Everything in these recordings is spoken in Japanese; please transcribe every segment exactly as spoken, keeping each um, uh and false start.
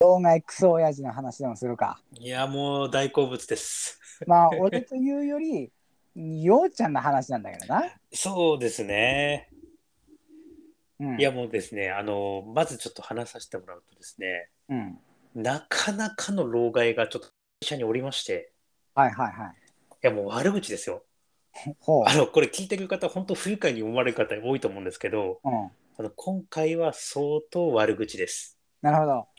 老害クソ親父の話でもするか。 いや、もう大好物です。 まあ、俺というより、ようちゃんの話なんだけどな。 そうですね。いや、 うん。 もうですね、あの、まずちょっと話させてもらうとですね、 うん。 なかなかの老害がちょっと会社におりまして、 はいはいはい。 いや、もう悪口ですよ。あほの、これ聞いてる方、本当不愉快に思われる方多いと思うんですけど、 う。うん。 あの、今回は相当悪口です。 なるほど。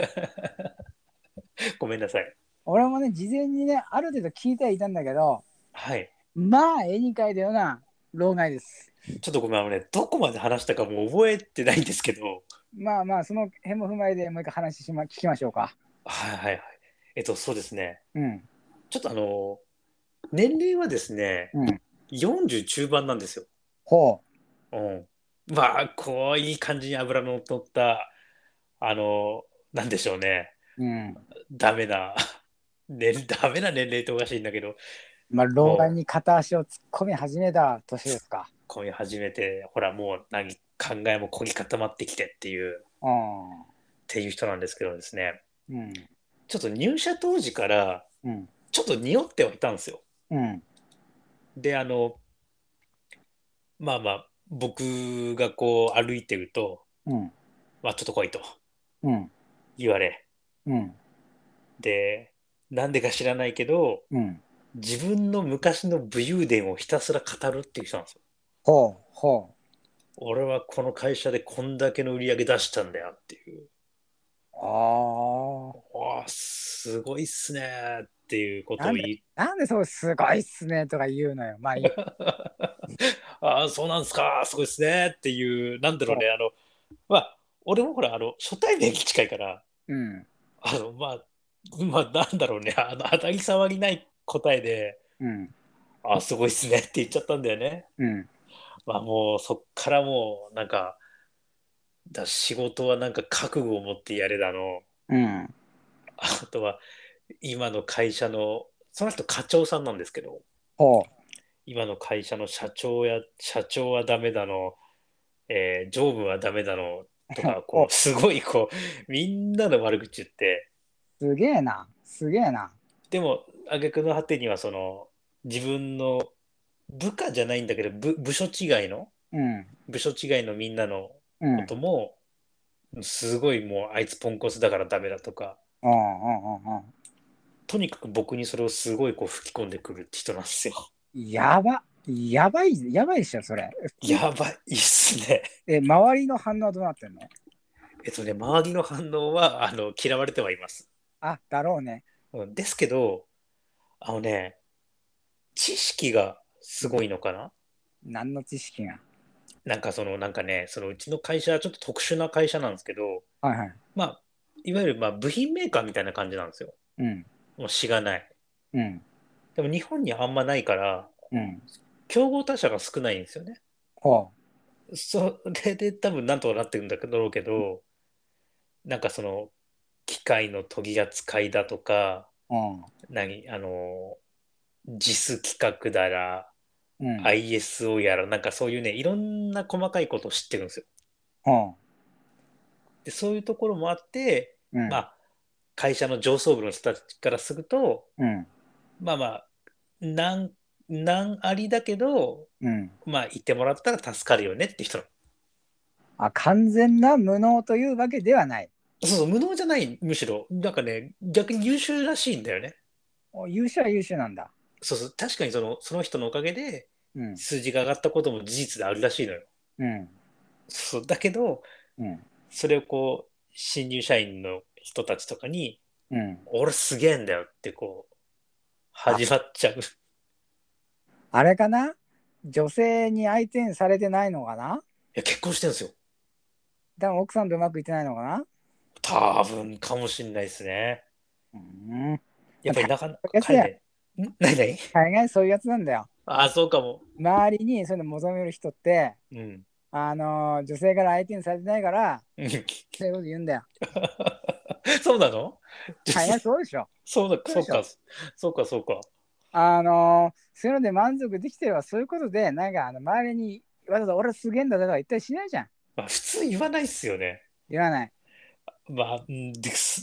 ごめんなさい。 俺もね、事前にね、ある程度聞いてはいたんだけど、 はい。 まあ、絵に描いたような老害です。 ちょっとごめん、あのね、どこまで話したかもう覚えてないんですけど、 まあまあ、その辺も踏まえて、もう一回話しま、聞きましょうか。 はいはいはい。えっと、そうですね。 うん。 ちょっとあの、年齢はですね、 うん。 よんじゅう中盤なんですよ。 ほうん。まあ、こう、いい感じに脂の乗った、あの、なんでしょうね。 う。うん。 ダメな、ね、ダメな年齢っておかしいんだけど、 まあ、老害もう、 に片足を突っ込み始めた年で突っすか。 込み始めて、ほら、もう何、考えも凝り固まってきてっていう、っうん。 ていう人なんですけどですね、 うん。 ちょっと入社当時から、 うん。 ちょっと匂ってはいたんですよ。 うん。 で、あの、まあまあ、僕がこう歩いてると、 うん。 まあ、ちょっと来いとうん。 言われ、 うん。 で、なんでか知らないけど、 うん。 自分の昔の武勇伝をひたすら語るっていう人なんですよ。 ほう。ほ俺はこの会社でこんだけの売り上げ出したんだよっていう。 う。ああ。 わあ、すごいっすねっていうことなんで、 を言い、 なんでそうすごいっすねとか言うのよ。まあいい。 ああ、そうなんですか、すごいっすねっていう、なんだろうね、 そあの、まあ、俺もほら、あの、初対面に近いから、 う。うん。 あの、まあ、まあ、なんだろうね、あの、当たり障りない答えで、 うん。 あ、すごいっすねって言っちゃったんだよね。 うん。 まあもうそっからもうなんか、だ仕事はなんか覚悟を持ってやれだの、 うん。 あとは今の会社の、その人課長さんなんですけど、 ほう。 今の会社の社長や、社長はダメだの、えー常務はダメだの、とか、 ほう。 こう、すごいこう、みんなの悪口言って、 すげえな。すげえな。 でも、挙句の果てにはその、自分の部下じゃないんだけど、部、部署違いの、 うん。 部署違いのみんなのこうん。 とも、すごいもうあいつポンコツだからダメだとか、 うん。うん。うん。 とにかく僕にそれをすごいこう吹き込んでくるって人なんですよ。 やば。やばい、やばいっしょ、それ。普通に。 やばいっすね。 え、周りの反応はどうなってんの？ えっとね、周りの反応はあの嫌われてはいます。 あ、だろうね。 うん、ですけど、あのね、知識がすごいのかな。 何の知識が。 なんかその、なんかね、そのうちの会社はちょっと特殊な会社なんですけど、 はいはい。 まあ、いわゆるまあ部品メーカーみたいな感じなんですよ。 うん。 もうしがない。 うん。 でも日本にあんまないから、 うん。 競合他社が少ないんですよね。 ほそれで多分なんとかなってるんだろうけど、なんかその機械の取り扱いだとか、 う。うん。 何、あの、JIS 規格だら、 うん。 アイエスオー やら、なんかそういうね、いろんな細かいことを知ってるんですよ。 ほで、そういうところもあって、 う。うん。 まあ、会社の上層部の人たちからすると、 うん。 まあまあ、なん、なんありだけど、 うん。 まあ、言ってもらったら助かるよねって人なの。 あ、完全な無能というわけではない。 そうそう、無能じゃない、むしろ。なんかね、逆に優秀らしいんだよね。 お、優秀は優秀なんだ。 そうそう、確かにその、その人のおかげで、 うん。 数字が上がったことも事実であるらしいのよ。 うん。 そう、だけど、 うん。 それをこう、新入社員の人たちとかに、 うん。 俺すげえんだよってこう、 あ、 始まっちゃう。いあれかな。女性に相手にされてないのかな。 や、結婚してるんですよ。 多分奥さんとうまくいってないのかな。 多分かもしんないですね。 うん。まあ、大概やっぱりなかなかそういうやつだよ。 海外、ん何々。 大概そういうやつなんだよ。 ああ、 あ、 そうかも。 周りにそういうの求める人って、 うん。 あの女性から相手にされてないから、 うん。 そういうこと言うんだよ。 そうなの？ 大概そうでしょ。 そうだ、そうか、 そうでしょ。 そうか、そうか。 あのそういうので満足できてれば、そういうことで、なんかあの周りにわざわざ俺すげえんだとか言ったりしないじゃん。 まあ、普通言わないっすよね。 言わない。 まあ、んです。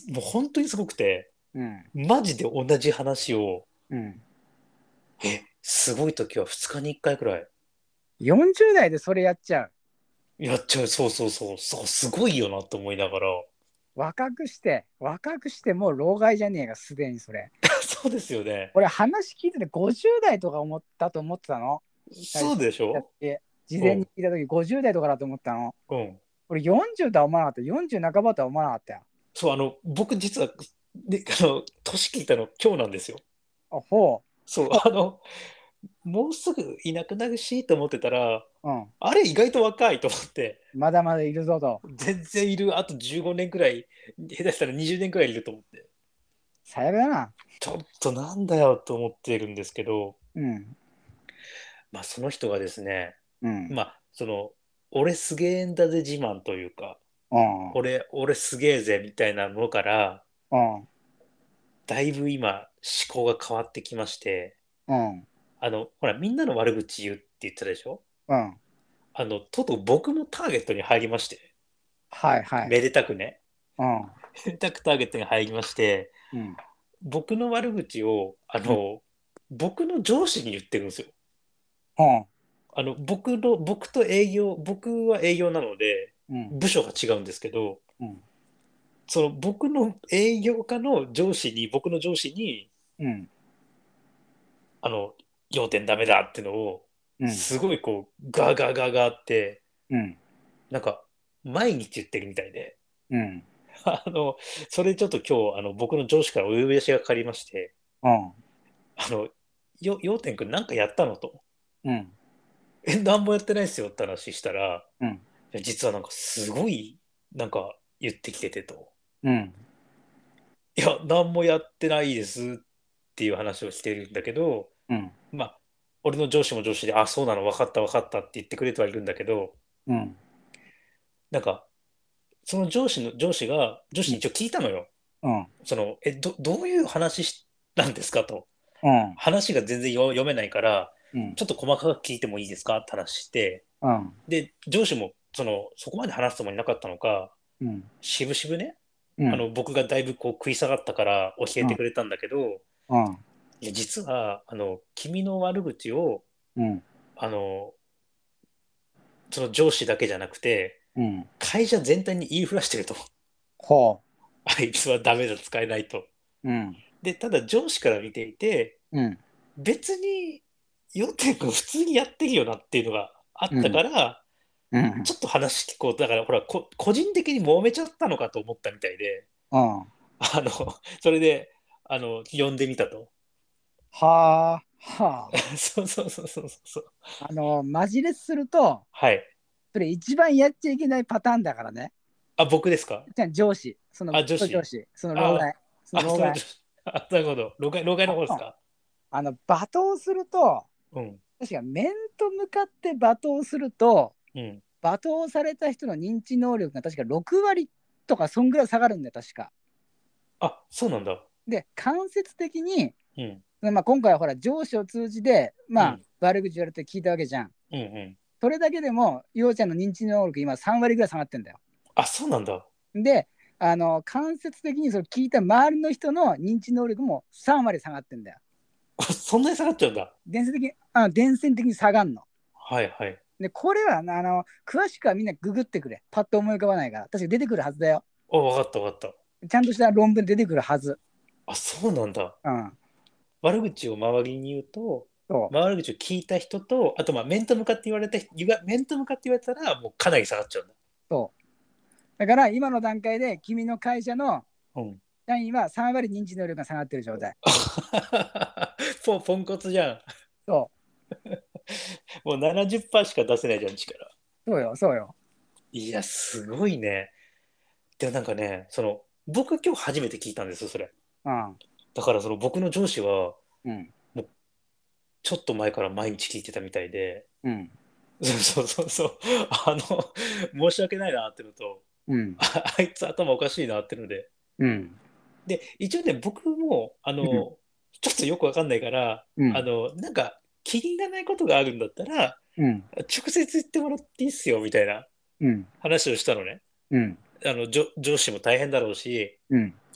もう本当にすごくて、 うん。 マジで同じ話を、 うん。 え、すごい時はふつかにいっかいくらいよんじゅう代でそれやっちゃう。 やっちゃう。そうそうそう。そう、すごいよなと思いながら。 若くして、若くしてもう老害じゃねえか、すでにそれ。 そうですよね。 俺話聞いててごじゅう代とか思ったと思ってたの。最そう初でしょ。 やって、事前にうん。 聞いた時ごじゅう代とかだと思ったの。 うん。 俺よんじゅうとは思わなかった。よんじゅう半ばとは思わなかったよ。 そう、あの、僕実は、で、あの、年聞いたの今日なんですよ。 あ、ほそう、あの、もうすぐいなくなるしと思ってたら、 う。うん。 あれ意外と若いと思って、 まだまだいるぞと。 全然いる、あとじゅうごねんくらい、下手したらにじゅうねんくらいいると思って、 最悪だな。 ちょっとなんだよと思ってるんですけど、 うん。 まあその人がですね、 うん。 まあその、俺すげえんだぜ自慢というか、 うん。 俺、俺すげえぜみたいなものから、 うん。 だいぶ今思考が変わってきまして、 うん。 あの、ほらみんなの悪口言うって言ってたでしょ。 うん。 あの、とうとう僕もターゲットに入りまして、 はいはい。 めでたくね、 うん。 めでたくターゲットに入りまして、 うん。 僕の悪口を、あうん。 の、僕の上司に言ってるんですよ。 うん。 あの、僕の、僕と営業、僕は営業なので、 うん。 部署が違うんですけど、 うん。 その僕の営業課の上司に、僕の上司に、 うん。 あの、要点ダメだってのを、 うん。 すごいこう、ガーガーガーガーって、 うん。 なんか、毎日言ってるみたいで、 うん。 あの、それちょっと今日、あの、僕の上司からお呼び出しがかかりまして、 うん。 あの、よ、要点くんなんかやったのと。 うん。 え、なんもやってないっすよって話したら、 うん。 いや実はなんかすごい、なんか言ってきててと。 うん。 いや、なんもやってないですっていう話をしてるんだけど、 うん。 まあ、俺の上司も上司で、あ、そうなの、分かった分かったって言ってくれてはいるんだけど、 うん。 なんか、その上司の、上司が、上司に一応聞いたのよ。 うん。 その、え、ど、どういう話しなんですかと。 うん。 話が全然よ読めないから、 うん。 ちょっと細かく聞いてもいいですかって話して、 うん。 で、上司も、その、そこまで話すつもりなかったのか、 うん。 しぶしぶね、 うん。 あの、僕がだいぶこう食い下がったから教えてくれたんだけど、 うん。 いや、実は、あの、君の悪口を、 うん。 あの、その上司だけじゃなくて、 うん。 会社全体に言いふらしてると。 ほあいつはダメだ、使えないと。 う。うん。 で、ただ上司から見ていて、 うん。 別に、ヨテ君普通にやってるよなっていうのがあったかうん。 ら、 うん。 ちょっと話聞こう。だから、ほら、こ、個人的に揉めちゃったのかと思ったみたいで、 うん。 あの、それで、あの、呼んでみたと。 はあ。はそうそうそうそうそう。 あ。あの、マジレスすると、 はい。 それ一番やっちゃいけないパターンだからね。 あ、僕ですか。 じゃあ上司、そのあ、女子。 上司、その老あ、 害、そのあ、その女老害。 子。あ、なるほど。老害、老害のあの、 方ですか。 あの罵倒すると、 うん。 確か面と向かって罵倒すると、 うん。 罵倒された人の認知能力が確かろく割とか、そんぐらい下がるんだよ、確か。 あ、そうなんだ。 で、間接的に、 うん。 まあ、今回はほら、上司を通じて、まあ、 うん。 悪口言われて聞いたわけじゃん。 うん。うん。 それだけでも、ようちゃんの認知能力、今さん割ぐらい下がってんだよ。 あ、そうなんだ。 で、あの間接的にそれ聞いた周りの人の認知能力もさん割下がってんだよ。 あ、そんなに下がっちゃうんだ。 伝説的に、あの伝染的に下がんの。 はいはい。 で、これはあの詳しくはみんなググってくれ。パッと思い浮かばないから。確か出てくるはずだよ。 お、わかったわかった。 ちゃんとした論文出てくるはず。 あ、そうなんだ。 うん。 悪口を周りに言うと、 そう。 悪口を聞いた人と、あとまあ面と向かって言われた人、言わ面と向かって言われたら、もうかなり下がっちゃうんだ。 そう。だから今の段階で君の会社のうん。 社員はさん割認知能力が下がってる状態。 ポン、ポンコツじゃん。 そもうななじゅっパーセントしか出せないじゃん、力。 う。そうよ、そうよ。 いや、すごいね。でもなんかね、その、僕今日初めて聞いたんですよ、それ。 うん。 だからその僕の上司は、 うん。 もうちょっと前から毎日聞いてたみたいで、 うん。 そうそうそうそう、あの、申し訳ないなってのと、 うん。 あ、あいつ頭おかしいなってので、 うん。 で、一応ね、僕も、あうん。 の、ちょっとよくわかんないから、 うん。 あの、なんか、気に入らないことがあるんだったら、 うん。 直接言ってもらっていいっすよ、みたいなうん。 話をしたのね。 うん。 あの、上、上司も大変だろうし、 うん。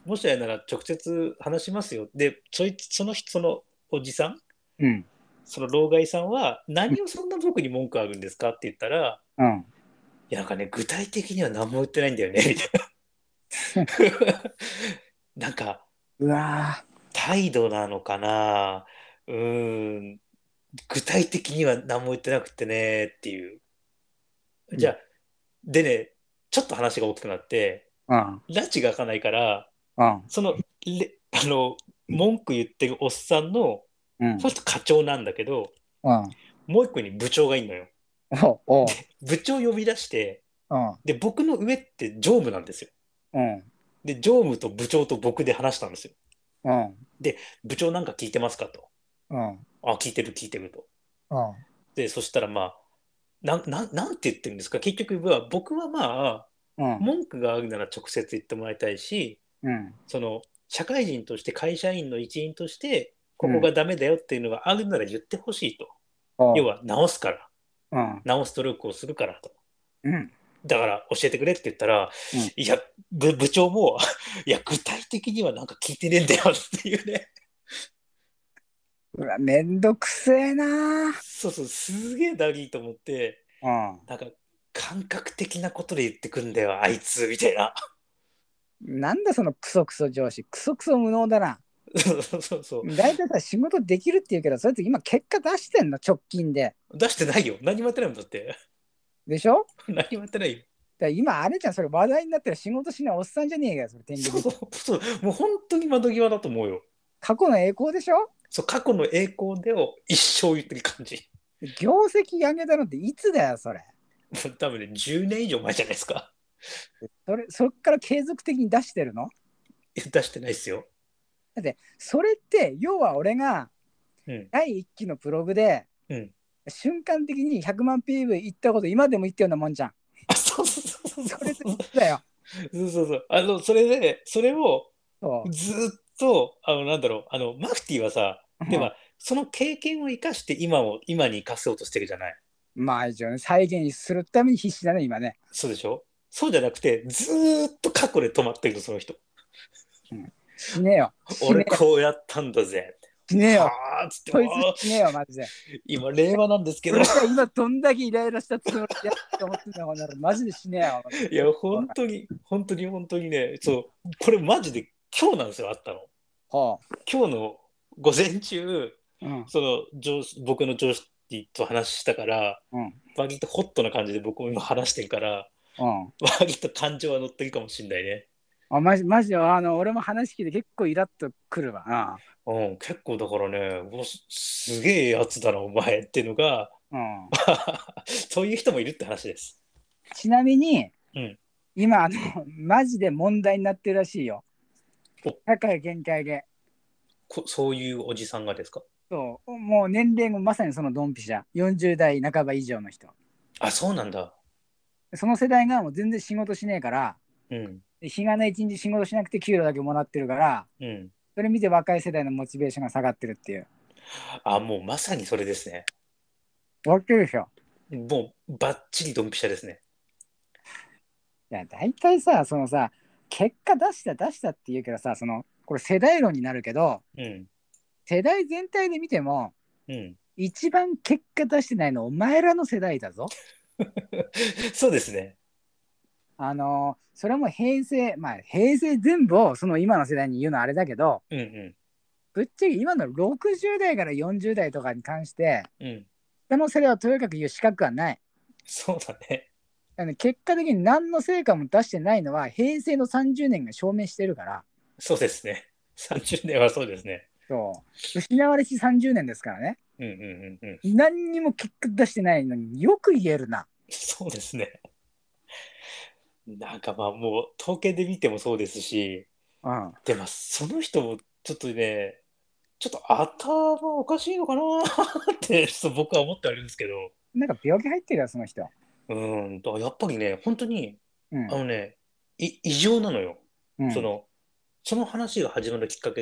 もしあれなら直接話しますよ。で、そいつ、その人、そのおじさん、 うん。 その老害さんは、 うん。 何をそんな僕に文句あるんですかって言ったら、 うん。 いや、なんかね、具体的には何も言ってないんだよね、みたいな。なんか、 うわ態度なのかな。うーん、具体的には何も言ってなくてね、っていう。 ー。うん。 じゃあ、でね、ちょっと話が大きくなって、 うん。 拉致が開かないから、 うん。 その、れあの、文句言ってるおっさんの、 うん。 その人課長なんだけど、 うん。 もう一個に部長がいんのよ。 おお。 部長呼び出して、 うん。 で、僕の上って常務なんですよ。 うん。 で、常務と部長と僕で話したんですよ。 うん。 で、部長なんか聞いてますかと。 うん。 あ、聞いてる聞いてると。 うん。 で、そしたらまあ、なん、なん、なんて言ってるんですか結局は、僕はまあ、 うん。 文句があるなら直接言ってもらいたいし、 うん。 その、社会人として会社員の一員として、ここうん。 がダメだよっていうのがあるなら言ってほしいと。 おう。 要は、直すから。 うん。 直す努力をするからと。 うん。 だから教えてくれって言ったら、 うん。 いや、部、部長も、いや、具体的にはなんか聞いてねえんだよっていうね。 うわ、めんどくせえな。 そうそう、すげえダリーと思って、 うん。 なんか感覚的なことで言ってくんだよ、あいつ、みたいな。 なんだそのクソクソ上司。クソクソ無能だな。 そうそうそう。 大体さ、仕事できるって言うけど、それって今結果出してんの、直近で。 出してないよ。何もやってないもんだって。 でしょ？ 何もやってないよ。 だから今、あれじゃん、それ話題になってる仕事しないおっさんじゃねえかよ、それ、天狗で。 そうそうそう。もう本当に窓際だと思うよ。 過去の栄光でしょ？ そう、過去の栄光でを一生言ってる感じ。 業績上げたのっていつだよ、それ。 もう多分ね、じゅうねん以上前じゃないですか。 それ、そっから継続的に出してるの？ 出してないですよ。 だって、それって、要は俺がうん。 だいいっきのプログで、 うん。 瞬間的にひゃくまん ピーブイ いったこと今でも言ってるようなもんじゃん。 あ、そうそうそうそうそれと一そう。 緒だよ。 そうそうそう。あの、それで、それをそずっと、あの、なんだろう、あの、マフティーはさ、 う。 では、 うん、 その経験を生かして今を、今に生かそうとしてるじゃない。 まあ、一応ね、再現するために必死だね、今ね。 そうでしょ？そうじゃなくて、ずーっと過去で止まってるの、その人。 うん、死ねよ。死ねよ。 俺こうやったんだぜ。 死ねよ。 はあっつって、 こいつもう、 死ねよ、マジで。 今、令和なんですけど、 俺が今どんだけイライラしたつもりでやって思ってんだこんなのマジで死ねよ。 いや、本当に、本当に、本当にね、そう、これマジで今日なんですよ、あったの。 は今日の午前中、 あ、うん、 その上司、僕の上司と話したから、 うん、 割とホットな感じで僕も今話してるから、 うん。 割と感情は乗ってるかもしれないね。 あ、マジ、マジで、あの、俺も話聞いて結構イラッとくるわ。あうん、結構だからね、もうすすげえやつだな、お前っていうのが、 うん。 そういう人もいるって話です。 ちなみに、 うん。 今、あの、マジで問題になってるらしいよ。 お社会限界で。 こそういうおじさんがですか？ そう、もう年齢もまさにそのドンピシャ。よんじゅう代半ば以上の人。 あ、そうなんだ。 その世代がもう全然仕事しねえから、 うん。 日がない一日仕事しなくて給料だけもらってるから、 うん。 それ見て若い世代のモチベーションが下がってるっていう。 あ、もうまさにそれですね。 わかるでしょ？ もうバッチリドンピシャですね。 いや、大体さ、そのさ、結果出した出したって言うけどさ、その、これ世代論になるけど、 うん。 世代全体で見ても、 うん。 一番結果出してないのお前らの世代だぞ。 そうですね。 あのーそれも平成、まあ平成全部をその今の世代に言うのはあれだけど、 うんうぶっちゃけ今のろくじゅう代からよんじゅう代とかに関して、 ん。うん。 下の世代はとにかく言う資格はない。 そうだね。 あの結果的に何の成果も出してないのは平成のさんじゅうねんが証明してるから、 そうですね。さんじゅうねんはそうですね。 そう失われしさんじゅうねんですからね。 うんうんうんうん。 何にも結果出してないのによく言えるな。 そうですね。なんかまあもう統計で見てもそうですし、 うん。 でもその人もちょっとね、ちょっと頭おかしいのかなってちょっと僕は思ってはいるんですけど、 なんか病気入ってるよ、その人。 うーんと、やっぱりね、本当に、 うん。 あのね、い異常なのよ。 うん。 その、その話が始まるきっかけって、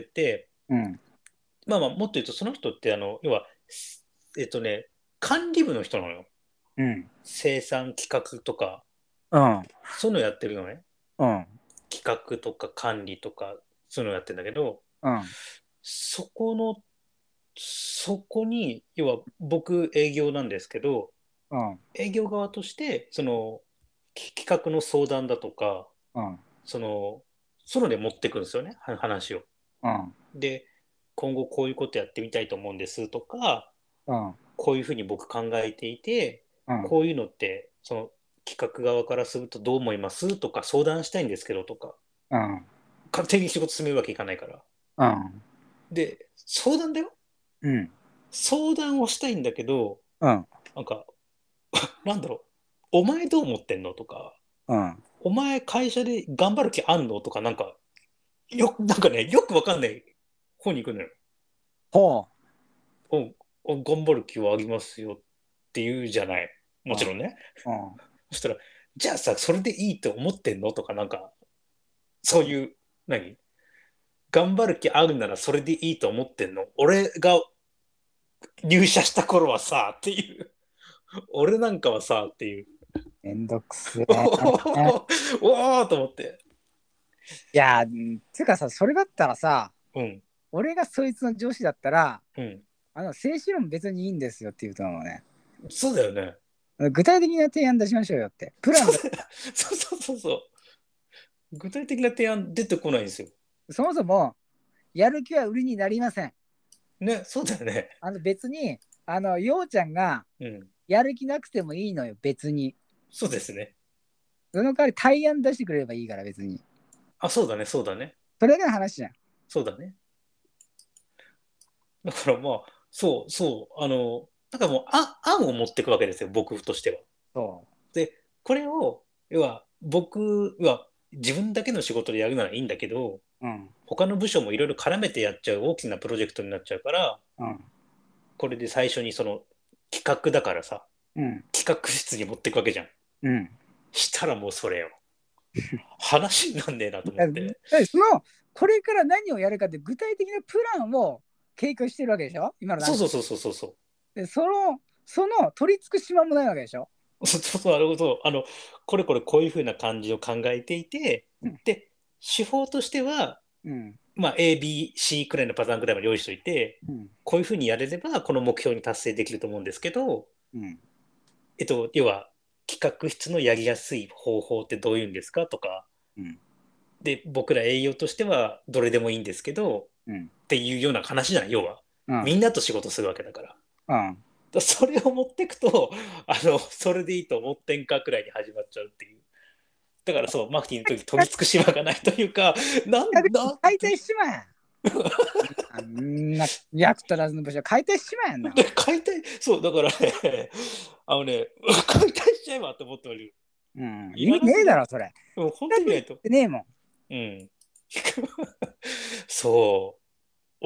うん。 まあまあ、もっと言うと、その人って、あの、要は、えっとね、管理部の人なのよ。 うん。 生産企画とか、 うん。 そういうのやってるのね。 うん。 企画とか管理とか。 そういうのやってんだけど、 うん。 そこの、そこに、要は僕営業なんですけど、 うん。 営業側として、その、き企画の相談だとか、 うん。 その、そので持ってくるんですよね、は話を。 うん。 で、今後こういうことやってみたいと思うんですとか、 うん。 こういうふうに僕考えていて、 うん。 こういうのって、その企画側からするとどう思いますとか相談したいんですけどとか、 うん。 勝手に仕事進めるわけいかないから。 うん。 で、相談だよ。 うん。 相談をしたいんだけど、 うん。 なんか、なんだろう、お前どう思ってんのとか、 うん。 お前会社で頑張る気あんのとか、なんか、よ、なんかね、よくわかんない方に行くのよ。 ほお、お頑張る気はありますよって言うじゃない。 う。うん。 もちろんね。 うん。 そしたら、じゃあさ、それでいいと思ってんのとか、なんか、そういう、何頑張る気あるならそれでいいと思ってんの俺が入社した頃はさ、っていう。俺なんかはさ、っていう。 めんどくせえ。 おーおーと思って。 いや、うんつうかさ、それだったらさ、 うん、 俺がそいつの上司だったら、 うん。 あの、静止論別にいいんですよって言うと思うね。 そうだよね。 具体的な提案出しましょうよって。プランだ、 そうだよ。そうそうそうそう。具体的な提案出てこないんですよ。 そもそも、やる気は売りになりません。 ね、そうだよね。 あの、別に、あの、ようちゃんがうん。 やる気なくてもいいのよ、別に。 そうですね。 その代わり対案出してくれればいいから、別に。 あ、そうだね、そうだね。 それだけの話じゃん。 そうだね。だからまあ、そうそう、あの、だからもう、あ、案を持っていくわけですよ、僕としては。 そで、これを、要は、僕は自分だけの仕事でやるならいいんだけど、 う。うん。 他の部署もいろいろ絡めてやっちゃう大きなプロジェクトになっちゃうから、 うん。 これで最初にその企画だからさ、 うん。 企画室に持っていくわけじゃん。 うん。 したらもうそれよ。話になんねえなと思っだて。 だその、これから何をやるかって具体的なプランを計画してるわけでしょ今の段階そうそうそうそうそう。 で。その、その取り付く島もないわけでしょ。 そうそうそう、なるほど。あの、これこれこういうふうな感じを考えていて、 うん。 で、手法としては、 うん。 まあ、A、B、C くらいのパターンくらいまで用意しておいて、 うん。 こういうふうにやれれば、この目標に達成できると思うんですけど、 うん。 えっと、要は、企画室のやりやすい方法ってどういうんですかとか、 うん。 で、僕ら営業としてはどれでもいいんですけど、 うん。 っていうような話じゃない、要は。 うん。 みんなと仕事するわけだから。 うん。 だそれを持ってくと、あの、それでいいと思ってんかくらいに始まっちゃうっていう。だからそう、マフティーの時、取り付く島がないというか、なんだ、 解体しまえ。あんな役立たずの部署解体しまえんな。 で解体、そう、だからね、あのね、解体しちゃえばと思っておる。 うん。 い意味ねらなすぎる。 えだろ、それ。 うん、本当に見ないと。 ってねえもん。 うん。そう、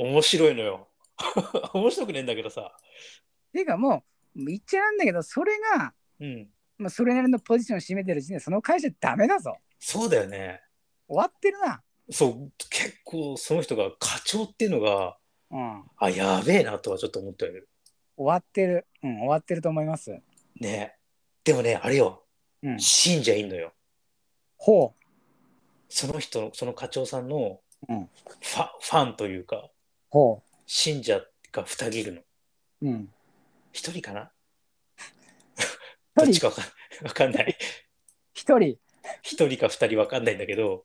面白いのよ。面白くねえんだけどさ。 ていうかもう、言っちゃなんだけど、それが、 うん。 まあ、それなりのポジションを占めてる時点で、その会社ダメだぞ。 そうだよね。 終わってるな。 そう、結構その人が課長っていうのが、 うん。 あ、やべえなとはちょっと思ってる。 終わってる。うん、終わってると思います。 ね。でもね、あれよ。 うん。 信者いんのよ。 ほその人、その課長さんのう。うん。 ファ、ファンというか、 ほ信者が二人いるの。 う。うん。 一人かな一人、 どっちかわかんわかんない。 一人。 一人か二人わかんないんだけど、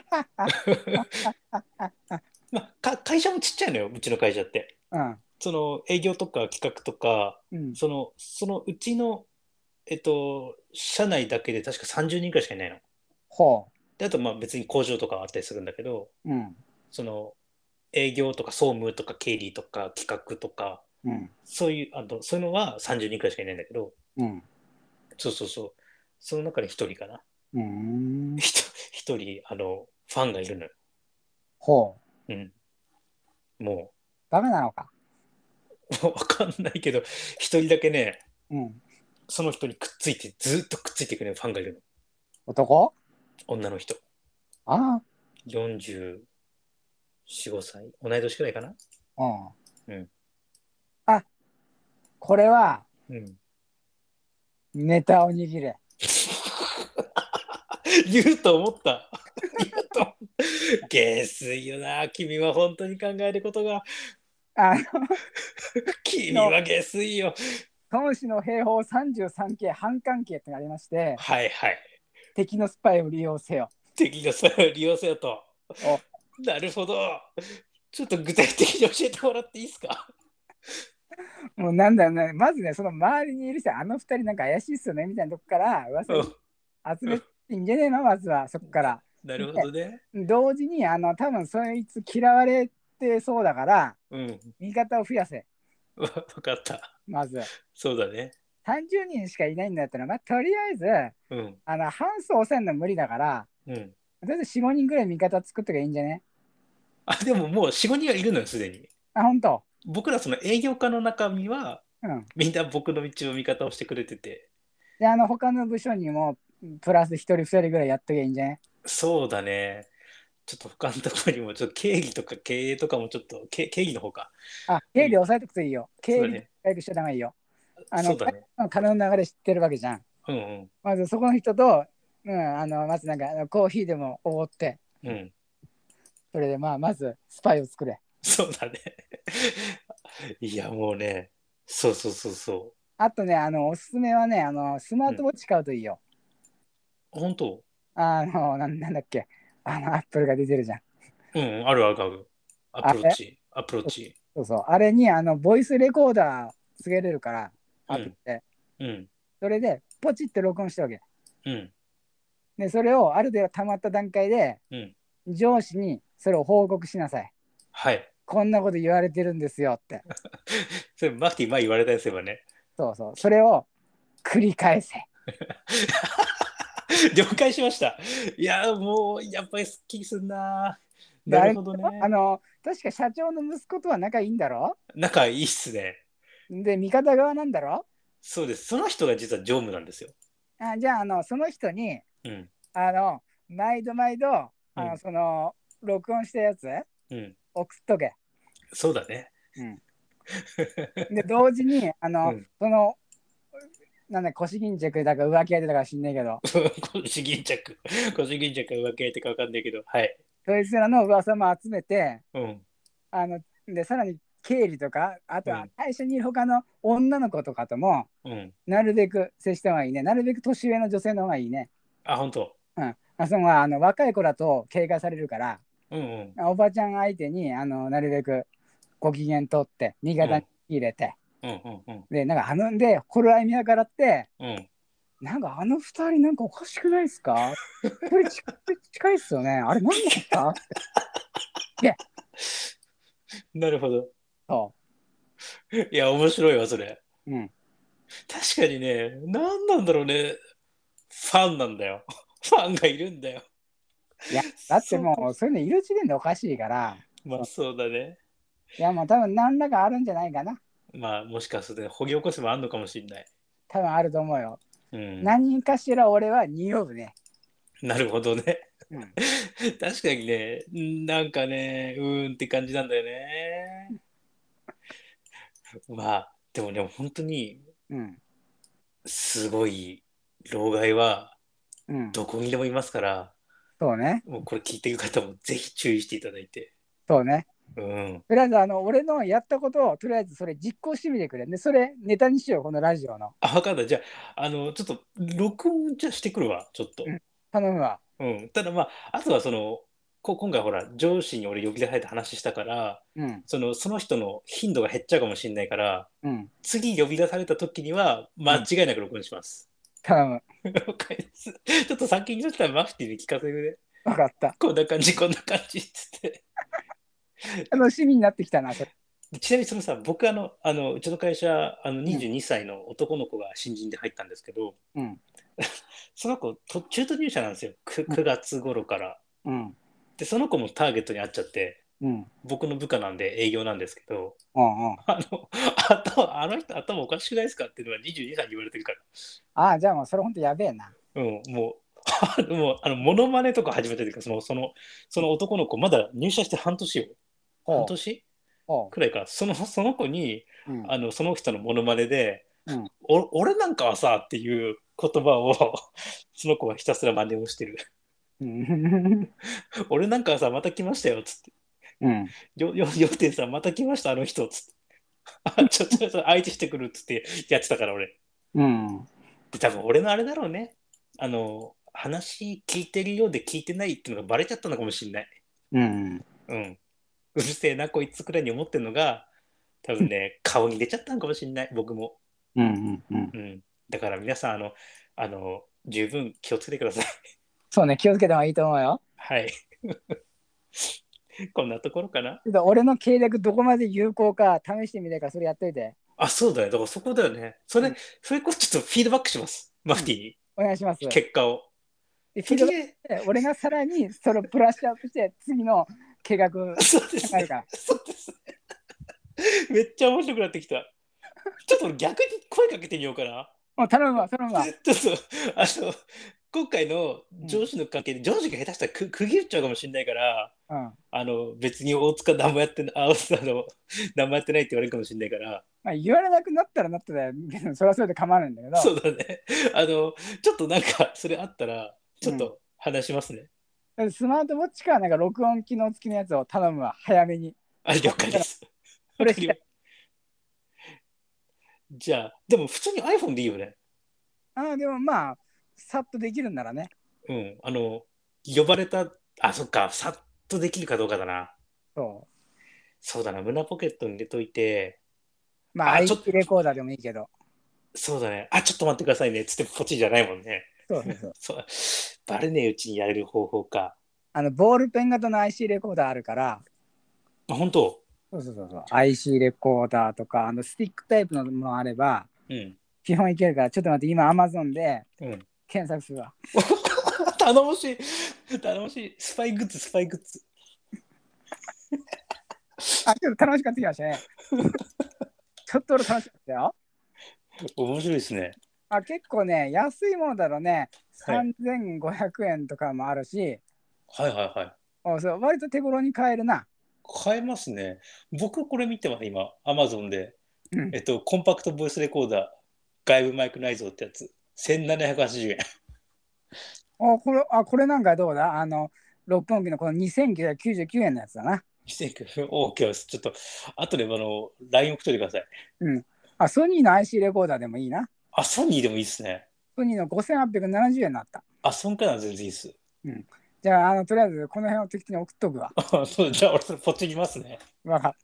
まあ、か、会社もちっちゃいのよ、うちの会社って。 うん。 その営業とか企画とか、 うん。 その、そのうちの、えっと、社内だけで確かさんじゅうにんくらいしかいないの。 ほで、あとまあ別に工場とかあったりするんだけど、 う。うん。 その営業とか総務とか経理とか企画とか、 うん。 そういう、あの、そういうのはさんじゅうにんくらいしかいないんだけど、 うん。 そうそうそう。その中に一人かな。 うーん。 一一人、あの、ファンがいるのよ。 ほう。 うん。もダメなのか。 う、わかんないけど、一人だけね、 うん。 その人にくっついて、ずっとくっついてくるファンがいるの。 男。 女の人。 あよんじゅうよん、ごさい。同い年くらいかな。 あ。うん。 うん。 あ、これはうん。 ネタを握れ。 言うと思った。言うと思った。下水よな。君は本当に考えることが。 あの、の君は下水よ。 孫子の兵法さんじゅうさん計反関係ってのがありまして、 はいはい。 敵のスパイを利用せよ。 敵のそれを利用せよと。 おなるほど。ちょっと具体的に教えてもらっていいですか？ もうなんだろうね、まずね、その周りにいる人、あの二人なんか怪しいっすよねみたいなとこから噂にうん。 集めていいんじゃねえの、まずはそこから。 なるほで、 どね。 同時に、あの、多分そいつ嫌われてそうだから、 うん。 味方を増やせ、 わ分かった。 まず。 そうだね。 さんじゅうにんしかいないんだったら、まあ、とりあえず、 うん。 あの、半数抑えるの無理だから、 うん。 とりあえずよん、ごにんぐらい味方作っとけばいいんじゃね？ あ、でももうよん、ごにんはいるのよ、すでに。 あ、ほんと。 僕らその営業課の中身は、 うん。 みんな僕の道を味方をしてくれてて。 で、あの、他の部署にも、プラスひとり、ふたりぐらいやっとけばいいんじゃね？ そうだね。ちょっと他のところにも、ちょっと経理とか経営とかもちょっと、経経理の方か。 あ、経理抑えとくといいよ。経理そうだね。 早くしちゃダメいいよ。あの、 そうだね。 金の流れ知ってるわけじゃん。 うんまずそこの人と、うん、あの、まずなんか、あのコーヒーでもおごって、 うん。うん。 それでまあ、まずスパイを作れ。 そうだね。いや、もうね、そうそうそうそあとね、あの、おすすめはね、あの、スマう。うん。 ートウォッチ買うといいよ。 本当？ あの、なん、なんだっけ。あの、アップルが出てるじゃん。 うん、あるあるある。アプあれローチ、アプローチ。 そうそう。あれに、あの、ボイスレコーダーつけれるから、アプリうん、 で。 うん、 それで、ポチって録音したわけ。 うん、 で、それをある程度溜まった段階で、 うん。 上司にそれを報告しなさい。 はい。 こんなこと言われてるんですよって。 それ、マフティー前言われたやつよね。 そうそう。それを繰り返せ。 了解しました。いや、もう、やっぱりすっきりすんな。 で、あれ、 なるほどね。 あの、確か社長の息子とは仲いいんだろ？ 仲いいっすね。 で、味方側なんだろ？ そうです。その人が実は常務なんですよ。 あ、じゃあ、あの、その人に、 うん、 あの、毎度毎度、あの、 うん、 その、録音したやつうん。 送っとけ。 そうだね。 うん。で、同時に、あの、 うん。 その、なんだ、腰巾着だか浮気相手だか知んないけど、 腰巾着。腰巾着が分け合いてか分かんないけど。はい。 そいつらの噂も集めて、 うん、 あの、で、さらに経理とか、あとはうん、 会社にいる他の女の子とかとも、 うん。 なるべく接した方がいいね。なるべく年上の女性の方がいいね。 あ、本当。 うん。あそのあの若い子だと警戒されるから、 うん、うん、 おばちゃん相手にあのなるべくご機嫌取って、味方にうん、 入れて、 うん、うん、うん。 で、なんかあの、で、頃合い見計らって、 うん。 なんかあの二人なんかおかしくないですか？これ近近いっすよね。あれ何なんですか？いや、 なるほど。 そいや、面白いわ、それ。 う。うん。 確かにね、何なんだろうね。ファンなんだよ。ファンがいるんだよ。 いや、だってそこ。 もうそういうのいる時点でおかしいから、そう。 まあそうだね。 いや、もう多分何らかあるんじゃないかな。 まあもしかすると掘り起こせばあんのかもしれない。 多分あると思うよ。 うん。 何かしら俺は匂うね。 なるほどね。 うん。 確かにね、なんかね、うーんって感じなんだよね。まあ、でもね、本当にうん。 すごい老害はうん。 どこにでもいますから、 そうね。 もうこれ聞いてる方もぜひ注意していただいて。 そうね。 うん。 とりあえず、あの、俺のやったことを、とりあえずそれ実行してみてくれ。で、それネタにしよう、このラジオの。 あ、わかんない。じゃあ、あの、ちょっと録音じゃしてくるわ、ちょっと。 うん。頼むわ。 うん。ただまあ、あとはその、こ今回ほら、上司に俺呼び出されて話したから、 うん。 その、その人の頻度が減っちゃうかもしれないから、 うん。 次呼び出された時には、間うん。 違いなく録音します。 頼む。 わかります。ちょっと先にそしたらマフティーに聞かせてくれ。 わかった。 こんな感じ、こんな感じっつって。 楽しみになってきたな、それ。 ちなみにそのさ、僕あの、あの、うちの会社、あのうん。 にじゅうにさいの男の子が新人で入ったんですけど、 うん。 その子、と中途入社なんですよ。くうん。 くがつ頃から。 うん。 で、その子もターゲットに合っちゃって、 うん。 僕の部下なんで営業なんですけど、 うん。うん。 あの、頭、あの人頭おかしくないですかっていうのはにじゅうにさいに言われてるから。 ああ、じゃあもうそれほんとやべえな。 うん、もう、もう、あの、モノマネとか始めてるから、その、その、その男の子、まだ入社して半年よ。半ほう。 年ほくらいか、その、その子に、 う。うん。 あの、その人のモノマネで、 うん。 お俺なんかはさっていう言葉をその子はひたすら真似をしてる。 うん。 俺なんかはさ、また来ましたよっつって。 うん。 よよよてんさんまた来ましたあの人っつって。あちょちょちょ相手してくるっつってやってたから俺。 うん。 で多分俺のあれだろうね。あの話聞いてるようで聞いてないっていうのがバレちゃったのかもしれない。 うん。 うん。うるせえなこいつくらいに思ってるのが多分ね顔に出ちゃったのかもしれない僕も。 うん。うん。 うん。だから皆さんあのあの十分気をつけてください。 そうね、気をつけた方がいいと思うよ。 はい。こんなところかな。 ちょっと俺の計略どこまで有効か試してみたいからそれやっといて。 あ、そうだよ。だからそこだよね。それ、 うん。 それこそちょっとフィードバックします。マうん。 フティーに。 お願いします。 結果を。 で、フィードバッとりあえクで俺がさらにそれをプラッシュアップして次の計画考ず、そうですね。 えるから。 そうですね。めっちゃ面白くなってきた。ちょっと逆に声かけてみようかな。 もう頼むわ、頼むわ。 ちょっと、あの、今回のうん。 上司の関係で、上司が下手したらく区切っちゃうかもしれないから、 うん。 あの、別に大塚何もやってない、あ、大塚の何もやってないって言われるかもしれないから、 まあ、言われなくなったらなったら、別にそれはそれで構わないんだけど、 そうだね。あの、ちょっとなんか、それあったら、ちうん。 ょっと話しますね。 スマートウォッチからなんか録音機能付きのやつを頼むわ、早めに。 あ、了解です。 それして。 わかります。じゃあ、でも普通に iPhone でいいよね。 ああ、でもまあ、さっとできるんならね。 うん。あの、呼ばれた、あ、そっか、さっとできるかどうかだな。 そう。 そうだな、胸ポケットに入れといて、 まあ、 あ、ちょっアイピー レと、 コーダーでもいいけど。 そうだね。あ、ちょっと待ってくださいね。つってポチじゃないもんね。 そうそうそう。 そう。バレねえうちにやれる方法か。 あの、ボールペン型の アイシー レコーダーあるから、 あ、本当。 そうそうそうそう。アイシー レコーダーとか、あの、スティックタイプのものあれば、 うん。 基本いけるから、ちょっと待って、今 Amazon でうん。 検索するわ。 頼もしい。頼もしい。スパイグッズ、スパイグッズ。 あ、ちょっと楽しくなってきましたね。ちょっと俺楽しかったよ。 面白いですね。 あ、結構ね、安いものだとね、 はい。 さんぜんごひゃくえんとかもあるし、 はいはいはい。 おそう割と手頃に買えるな。 買えますね。僕これ見てます、今。アマゾンで。 うん。 えっと、コンパクトボイスレコーダー、外部マイク内蔵ってやつ。せんななひゃくはちじゅうえん。 お、これ、あ、これなんかどうだあの、録音機のこのにせんきゅうひゃくきゅうじゅうきゅうえんのやつだな。 にせんきゅうひゃく、オーケーです。ちょっと、後であの、ライン 送っといてください。 うん。あ、ソニーの アイシー レコーダーでもいいな。 あ、ソニーでもいいっすね。 ソニーのごせんはっぴゃくななじゅうえんになった。 あ、そんかなら全然いいっす。 うん。じゃあ、あの、とりあえずこの辺を適当に送っとくわ。 あそう、じゃあ俺それポチりますね。 わかった。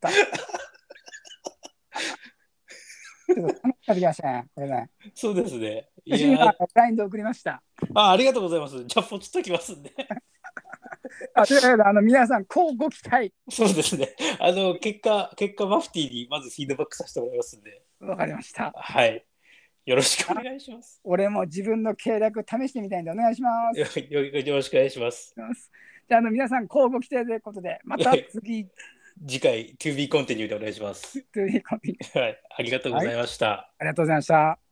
ちょっと楽しくなってきましたね。これね。 そうですね。い私今、 やー、 ライン で送りました。 あ、ありがとうございます。じゃあポチっときますんで。 あ、というわけで、あの、皆さん、こうご期待。 そうですね。あの、結果、結果、マフティーにまずフィードバックさせてもらいますんで。 わかりました。 はい。よろしくおあ、 願いします。 俺も自分の計略試してみたいんでお願いしまよす。 よよろしくお願いします。 じゃあ、あの、皆さん、こうご期待ということで、また次、 次回、トゥービー コンティニューでお願いします。 ということではい。ありがとうごはい、 ざいました。 ありがとうございました。